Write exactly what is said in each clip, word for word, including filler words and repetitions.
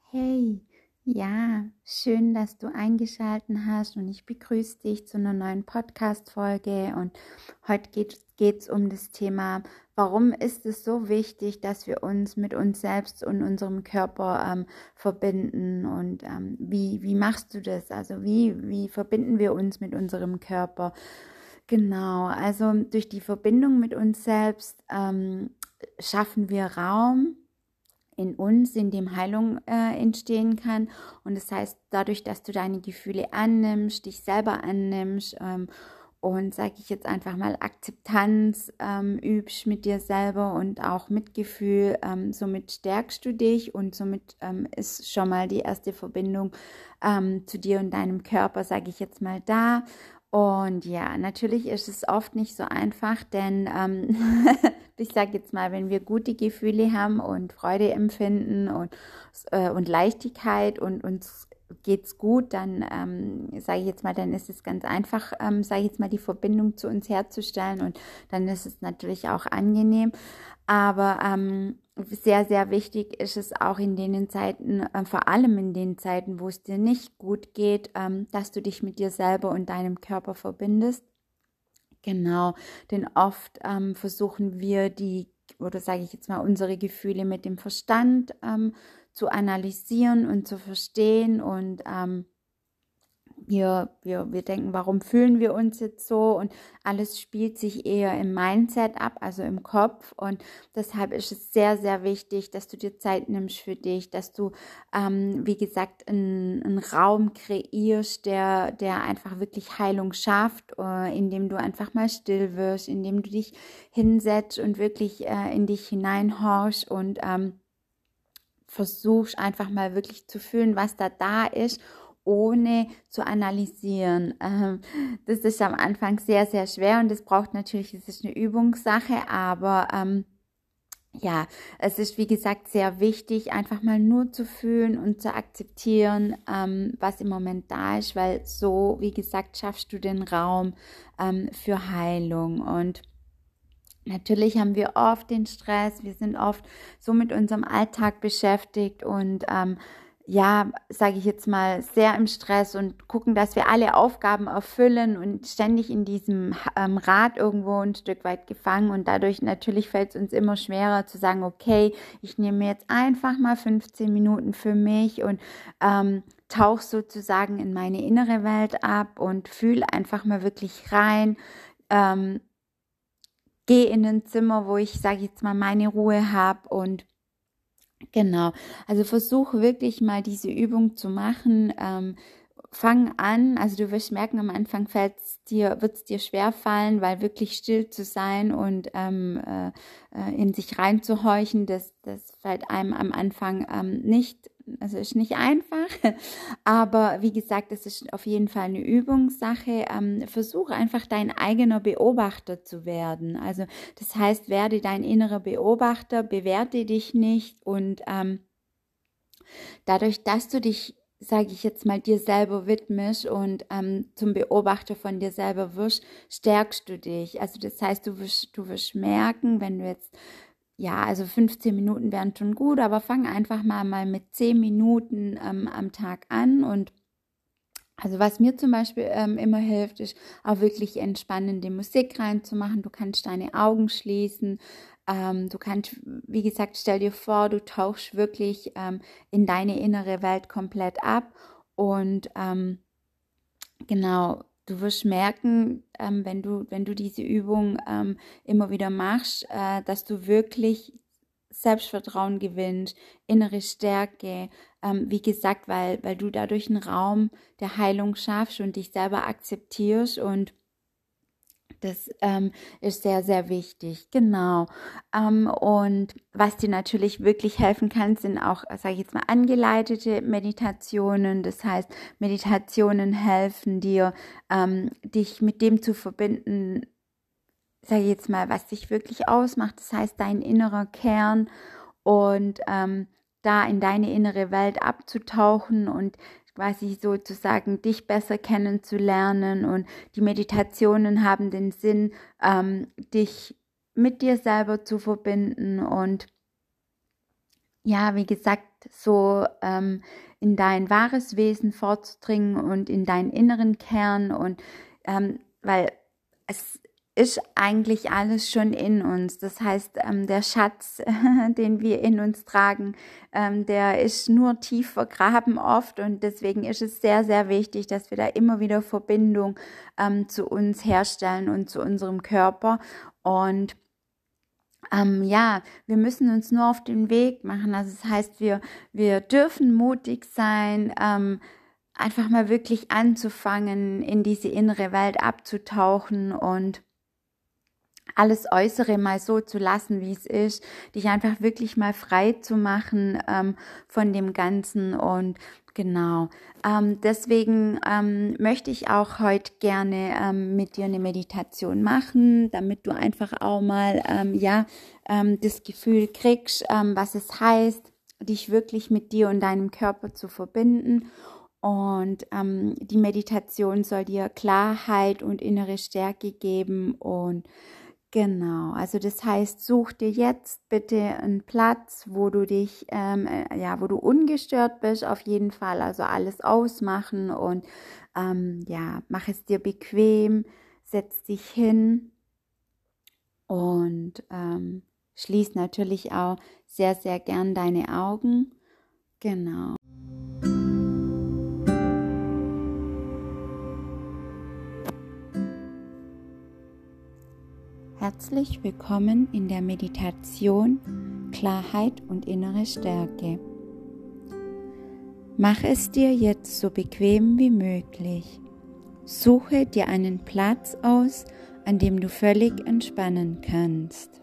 Hey, ja, schön, dass du eingeschaltet hast und ich begrüße dich zu einer neuen Podcast-Folge und heute geht es um das Thema, warum ist es so wichtig, dass wir uns mit uns selbst und unserem Körper ähm, verbinden und ähm, wie, wie machst du das? Also wie, wie verbinden wir uns mit unserem Körper? Genau, also durch die Verbindung mit uns selbst ähm, schaffen wir Raum in uns, in dem Heilung äh, entstehen kann. Und das heißt, dadurch, dass du deine Gefühle annimmst, dich selber annimmst ähm, und, sage ich jetzt einfach mal, Akzeptanz ähm, übst mit dir selber und auch Mitgefühl, ähm, somit stärkst du dich und somit ähm, ist schon mal die erste Verbindung ähm, zu dir und deinem Körper, sage ich jetzt mal, da. Und ja, natürlich ist es oft nicht so einfach, denn ähm, ich sage jetzt mal, wenn wir gute Gefühle haben und Freude empfinden und, äh, und Leichtigkeit und uns geht's gut, dann ähm, sage ich jetzt mal, dann ist es ganz einfach, ähm, sage ich jetzt mal, die Verbindung zu uns herzustellen und dann ist es natürlich auch angenehm. Aber ähm, sehr, sehr wichtig ist es auch in den Zeiten, äh, vor allem in den Zeiten, wo es dir nicht gut geht, ähm, dass du dich mit dir selber und deinem Körper verbindest. Genau, denn oft ähm, versuchen wir die, oder sage ich jetzt mal, unsere Gefühle mit dem Verstand ähm, zu analysieren und zu verstehen und ähm, wir, wir, wir denken, warum fühlen wir uns jetzt so? Und alles spielt sich eher im Mindset ab, also im Kopf. Und deshalb ist es sehr, sehr wichtig, dass du dir Zeit nimmst für dich, dass du, ähm, wie gesagt, einen, einen Raum kreierst, der, der einfach wirklich Heilung schafft, äh, indem du einfach mal still wirst, indem du dich hinsetzt und wirklich äh, in dich hineinhorchst und ähm, versuchst einfach mal wirklich zu fühlen, was da da ist, ohne zu analysieren. Ähm, das ist am Anfang sehr, sehr schwer und das braucht natürlich, es ist eine Übungssache, aber ähm, ja, es ist wie gesagt sehr wichtig, einfach mal nur zu fühlen und zu akzeptieren, ähm, was im Moment da ist, weil so, wie gesagt, schaffst du den Raum ähm, für Heilung. Und natürlich haben wir oft den Stress, wir sind oft so mit unserem Alltag beschäftigt und ähm, ja, sage ich jetzt mal, sehr im Stress und gucken, dass wir alle Aufgaben erfüllen und ständig in diesem ähm, Rad irgendwo ein Stück weit gefangen und dadurch natürlich fällt es uns immer schwerer zu sagen, okay, ich nehme jetzt einfach mal fünfzehn Minuten für mich und ähm, tauche sozusagen in meine innere Welt ab und fühle einfach mal wirklich rein. Ähm, Geh in ein Zimmer, wo ich, sage jetzt mal, meine Ruhe habe und genau, also versuch wirklich mal diese Übung zu machen. Ähm, fang an, also du wirst merken, am Anfang fällt's dir, wird es dir schwer fallen, weil wirklich still zu sein und ähm, äh, äh, in sich reinzuhorchen, das, das fällt einem am Anfang ähm, nicht, also ist nicht einfach. Aber wie gesagt, es ist auf jeden Fall eine Übungssache. Ähm, versuche einfach dein eigener Beobachter zu werden. Also das heißt, werde dein innerer Beobachter, bewerte dich nicht und ähm, dadurch, dass du dich, sage ich jetzt mal, dir selber widmest und ähm, zum Beobachter von dir selber wirst, stärkst du dich. Also das heißt, du wirst, du wirst merken, wenn du jetzt, ja, also fünfzehn Minuten wären schon gut, aber fang einfach mal, mal mit zehn Minuten ähm, am Tag an und also was mir zum Beispiel ähm, immer hilft, ist auch wirklich entspannende Musik reinzumachen. Du kannst deine Augen schließen. Ähm, du kannst, wie gesagt, stell dir vor, du tauchst wirklich ähm, in deine innere Welt komplett ab. Und ähm, genau, du wirst merken, ähm, wenn du, wenn du diese Übung ähm, immer wieder machst, äh, dass du wirklich Selbstvertrauen gewinnst, innere Stärke, ähm, wie gesagt, weil, weil du dadurch einen Raum der Heilung schaffst und dich selber akzeptierst und das ähm, ist sehr, sehr wichtig, genau. Ähm, und was dir natürlich wirklich helfen kann, sind auch, sage ich jetzt mal, angeleitete Meditationen. Das heißt, Meditationen helfen dir, ähm, dich mit dem zu verbinden, sage ich jetzt mal, was dich wirklich ausmacht. Das heißt, dein innerer Kern und ähm, da in deine innere Welt abzutauchen und quasi sozusagen dich besser kennenzulernen. Und die Meditationen haben den Sinn, ähm, dich mit dir selber zu verbinden und ja, wie gesagt, so ähm, in dein wahres Wesen vorzudringen und in deinen inneren Kern und ähm, weil es ist eigentlich alles schon in uns. Das heißt, ähm, der Schatz, den wir in uns tragen, ähm, der ist nur tief vergraben oft und deswegen ist es sehr, sehr wichtig, dass wir da immer wieder Verbindung ähm, zu uns herstellen und zu unserem Körper und ähm, ja, wir müssen uns nur auf den Weg machen. Also das heißt, wir, wir dürfen mutig sein, ähm, einfach mal wirklich anzufangen, in diese innere Welt abzutauchen und alles Äußere mal so zu lassen, wie es ist, dich einfach wirklich mal frei zu machen ähm, von dem Ganzen und genau. Ähm, deswegen ähm, möchte ich auch heute gerne ähm, mit dir eine Meditation machen, damit du einfach auch mal ähm, ja ähm, das Gefühl kriegst, ähm, was es heißt, dich wirklich mit dir und deinem Körper zu verbinden. Und ähm, die Meditation soll dir Klarheit und innere Stärke geben und genau, also das heißt, such dir jetzt bitte einen Platz, wo du dich, ähm, äh, ja, wo du ungestört bist, auf jeden Fall, also alles ausmachen und ähm, ja, mach es dir bequem, setz dich hin und ähm, schließ natürlich auch sehr, sehr gern deine Augen. Genau. Herzlich willkommen in der Meditation Klarheit und innere Stärke. Mach es dir jetzt so bequem wie möglich. Suche dir einen Platz aus, an dem du völlig entspannen kannst.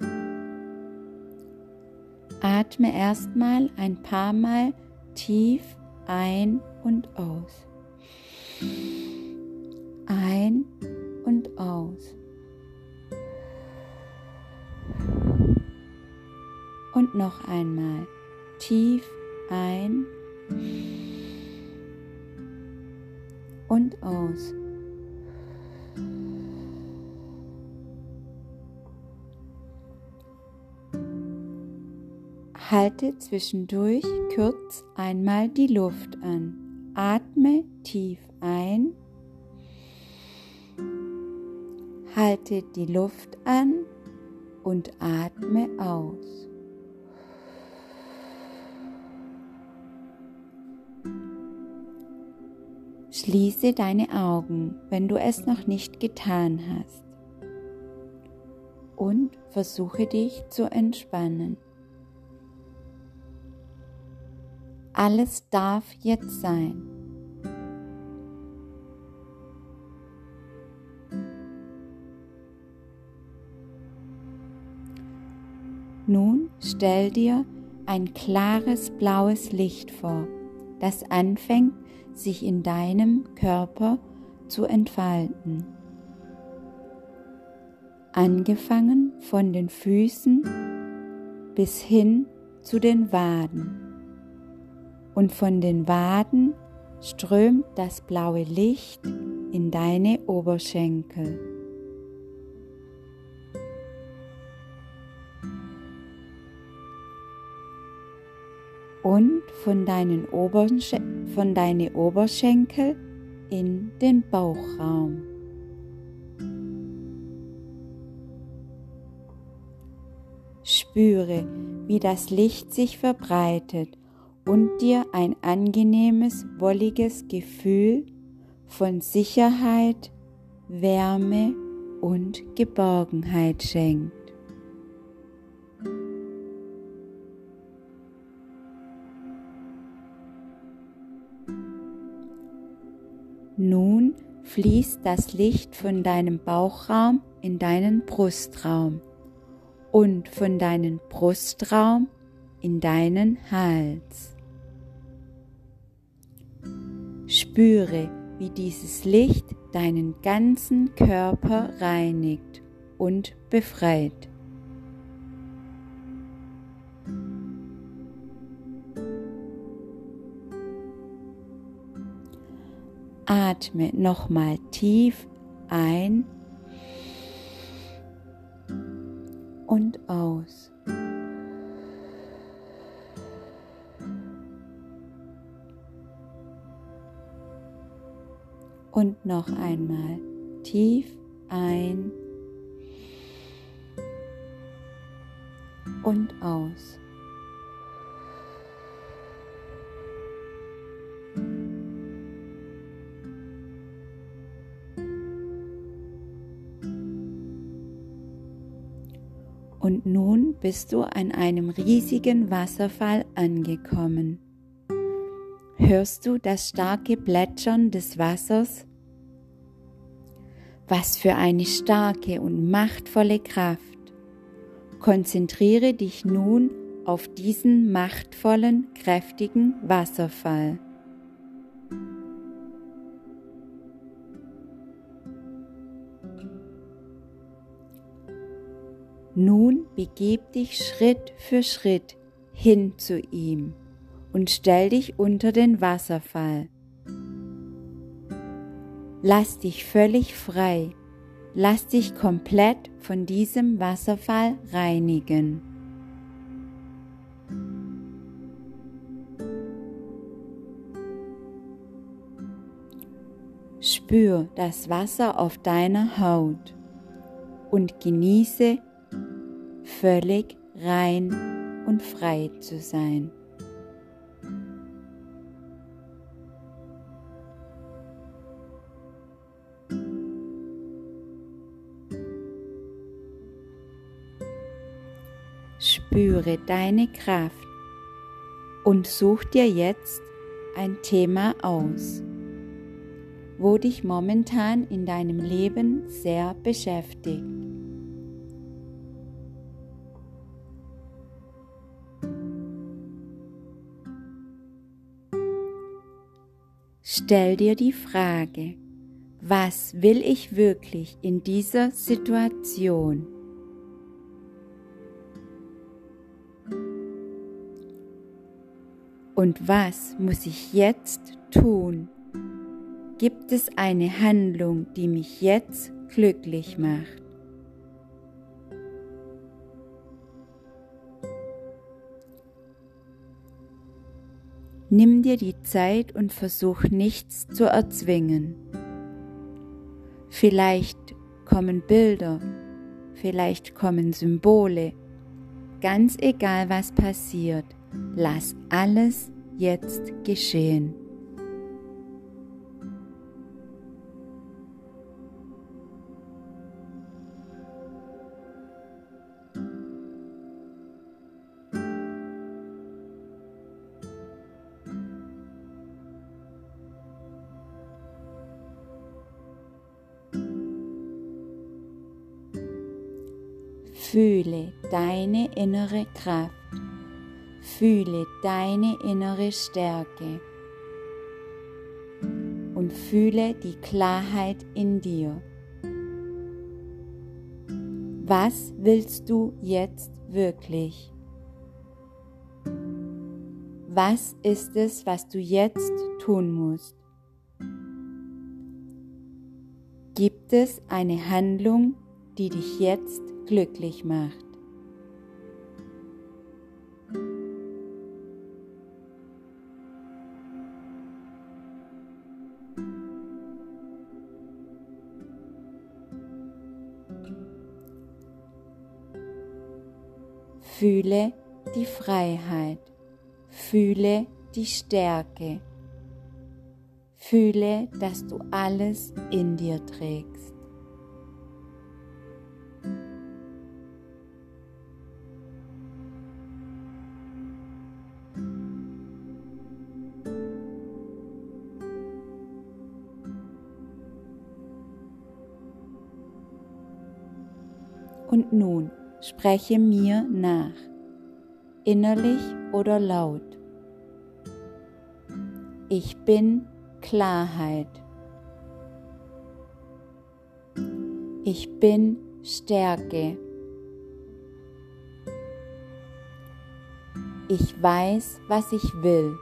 Atme erstmal ein paar Mal tief ein und aus. Ein und aus. Und noch einmal tief ein und aus. Halte zwischendurch kurz einmal die Luft an. Atme tief ein. Halte die Luft an und atme aus. Schließe deine Augen, wenn du es noch nicht getan hast, und versuche dich zu entspannen. Alles darf jetzt sein. Nun stell dir ein klares blaues Licht vor, das anfängt, sich in deinem Körper zu entfalten. Angefangen von den Füßen bis hin zu den Waden. Und von den Waden strömt das blaue Licht in deine Oberschenkel. Und von deinen, Oberschen- von deinen Oberschenkel in den Bauchraum. Spüre, wie das Licht sich verbreitet und dir ein angenehmes, wolliges Gefühl von Sicherheit, Wärme und Geborgenheit schenkt. Nun fließt das Licht von deinem Bauchraum in deinen Brustraum und von deinem Brustraum in deinen Hals. Spüre, wie dieses Licht deinen ganzen Körper reinigt und befreit. Atme nochmal tief ein und aus. Und noch einmal tief ein und aus. Und nun bist du an einem riesigen Wasserfall angekommen. Hörst du das starke Plätschern des Wassers? Was für eine starke und machtvolle Kraft. Konzentriere dich nun auf diesen machtvollen, kräftigen Wasserfall. Nun begib dich Schritt für Schritt hin zu ihm und stell dich unter den Wasserfall. Lass dich völlig frei, lass dich komplett von diesem Wasserfall reinigen. Spür das Wasser auf deiner Haut und genieße völlig rein und frei zu sein. Spüre deine Kraft und such dir jetzt ein Thema aus, wo dich momentan in deinem Leben sehr beschäftigt. Stell dir die Frage, was will ich wirklich in dieser Situation? Und was muss ich jetzt tun? Gibt es eine Handlung, die mich jetzt glücklich macht? Nimm dir die Zeit und versuch nichts zu erzwingen. Vielleicht kommen Bilder, vielleicht kommen Symbole. Ganz egal, was passiert, lass alles jetzt geschehen. Fühle deine innere Kraft, fühle deine innere Stärke und fühle die Klarheit in dir. Was willst du jetzt wirklich? Was ist es, was du jetzt tun musst? Gibt es eine Handlung, die dich jetzt glücklich macht? Fühle die Freiheit, fühle die Stärke, fühle, dass du alles in dir trägst. Und nun spreche mir nach, innerlich oder laut. Ich bin Klarheit. Ich bin Stärke. Ich weiß, was ich will.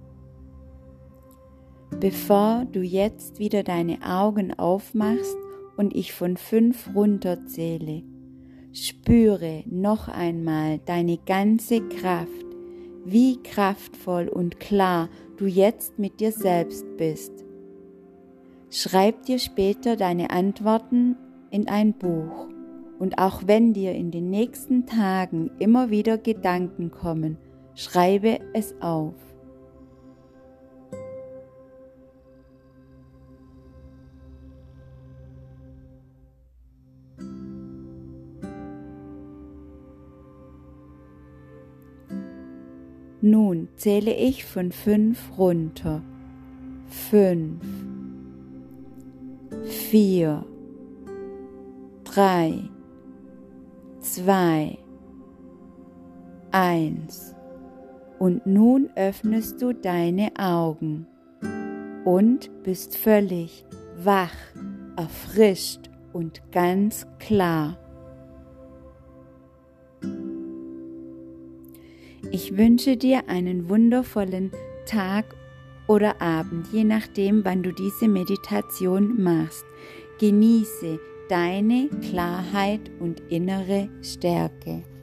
Bevor du jetzt wieder deine Augen aufmachst und ich von fünf runterzähle, spüre noch einmal deine ganze Kraft, wie kraftvoll und klar du jetzt mit dir selbst bist. Schreib dir später deine Antworten in ein Buch und auch wenn dir in den nächsten Tagen immer wieder Gedanken kommen, schreibe es auf. Nun zähle ich von fünf runter. Fünf, vier, drei, zwei, eins. Und nun öffnest du deine Augen und bist völlig wach, erfrischt und ganz klar. Ich wünsche dir einen wundervollen Tag oder Abend, je nachdem, wann du diese Meditation machst. Genieße deine Klarheit und innere Stärke.